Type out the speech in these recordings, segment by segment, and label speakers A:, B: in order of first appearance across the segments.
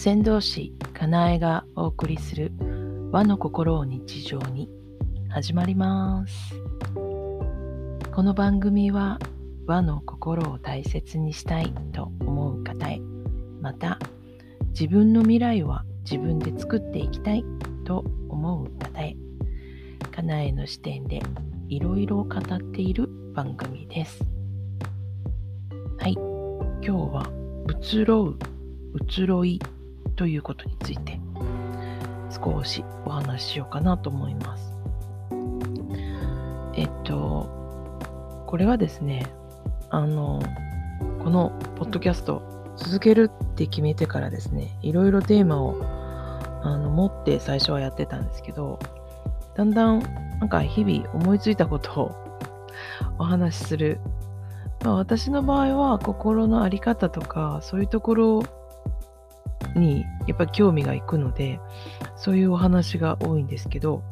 A: 船頭師かなえがお送りする和の心を日常に始まります。この番組は和の心を大切にしたいと思う方へ、また自分の未来は自分で作っていきたいと思う方へ、かなえの視点でいろいろ語っている番組です。はい、今日は移ろう、移ろいということについて少しお話ししようかなと思います。これはですね、このポッドキャスト続けるって決めてからですね、いろいろテーマを持って最初はやってたんですけど、だんだんなんか日々思いついたことをお話しする。私の場合は心の在り方とかそういうところにやっぱり興味がいくので、そういうお話が多いんですけど、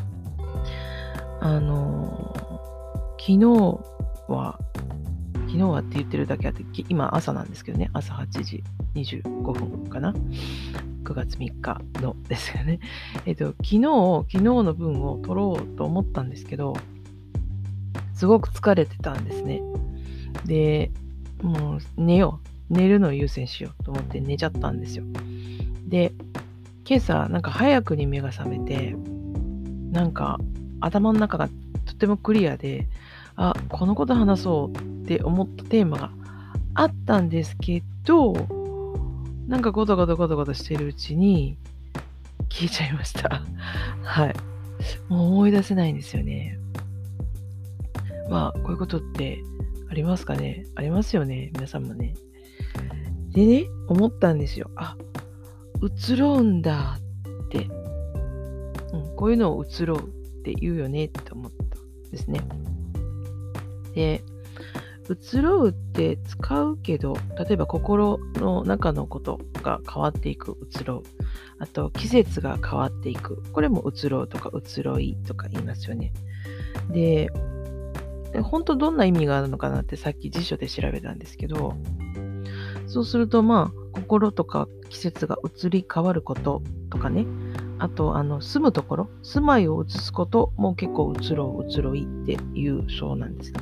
A: 昨日はって言ってるだけあって、今朝なんですけどね、朝8時25分かな、9月3日のですよね。昨日の分を取ろうと思ったんですけど、すごく疲れてたんですね。で、もう寝るのを優先しようと思って寝ちゃったんですよ。で、今朝なんか早くに目が覚めて、なんか頭の中がとてもクリアで、このこと話そうって思ったテーマがあったんですけど、なんかゴトゴトしてるうちに消えちゃいました。はい。もう思い出せないんですよね。こういうことってありますかね？ありますよね、皆さんもね。でね、思ったんですよ。移ろうんだって、こういうのを移ろうって言うよねって思ったんですね。で、移ろうって使うけど、例えば心の中のことが変わっていく、移ろう。あと季節が変わっていく。これも移ろうとか移ろいとか言いますよね。で、本当どんな意味があるのかなってさっき辞書で調べたんですけど、そうすると心とか季節が移り変わることとかね、あと住むところ、住まいを移すことも結構移ろう移ろいっていうそうなんですよ。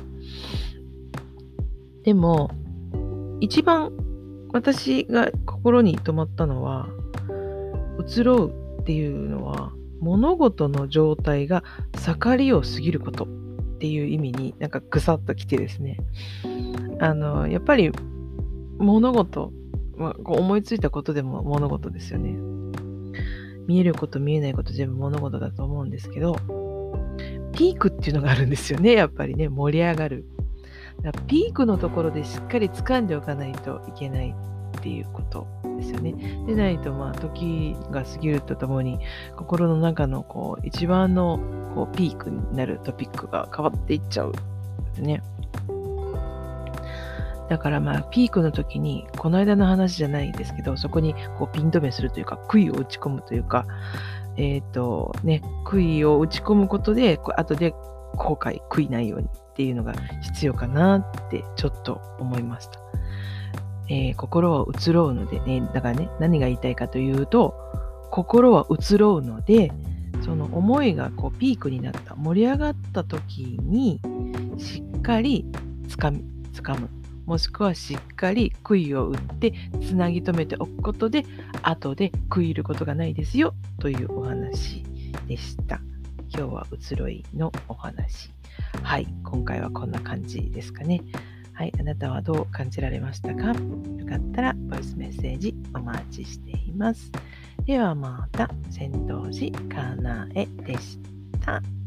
A: でも一番私が心に留まったのは、移ろうっていうのは物事の状態が盛りを過ぎることっていう意味になんかぐさっときてですね、やっぱり物事、思いついたことでも物事ですよね。見えること見えないこと全部物事だと思うんですけど、ピークっていうのがあるんですよね。やっぱりね、盛り上がる。だからピークのところでしっかり掴んでおかないといけないっていうことですよね。でないと時が過ぎるとともに心の中の一番のピークになるトピックが変わっていっちゃうんですね。だからピークの時にこの間の話じゃないですけど、そこにピン止めするというか、杭を打ち込むというか、杭を打ち込むことで後で後悔悔いないようにっていうのが必要かなってちょっと思いました。心は移ろうのでね、だからね、何が言いたいかというと、心は移ろうので、その思いがピークになった、盛り上がった時にしっかり掴む、もしくはしっかり杭を打ってつなぎ止めておくことで、後で悔いることがないですよというお話でした。今日は移ろいのお話。はい、今回はこんな感じですかね。はい、あなたはどう感じられましたか？よかったらボイスメッセージお待ちしています。ではまた、仙道寺かなえでした。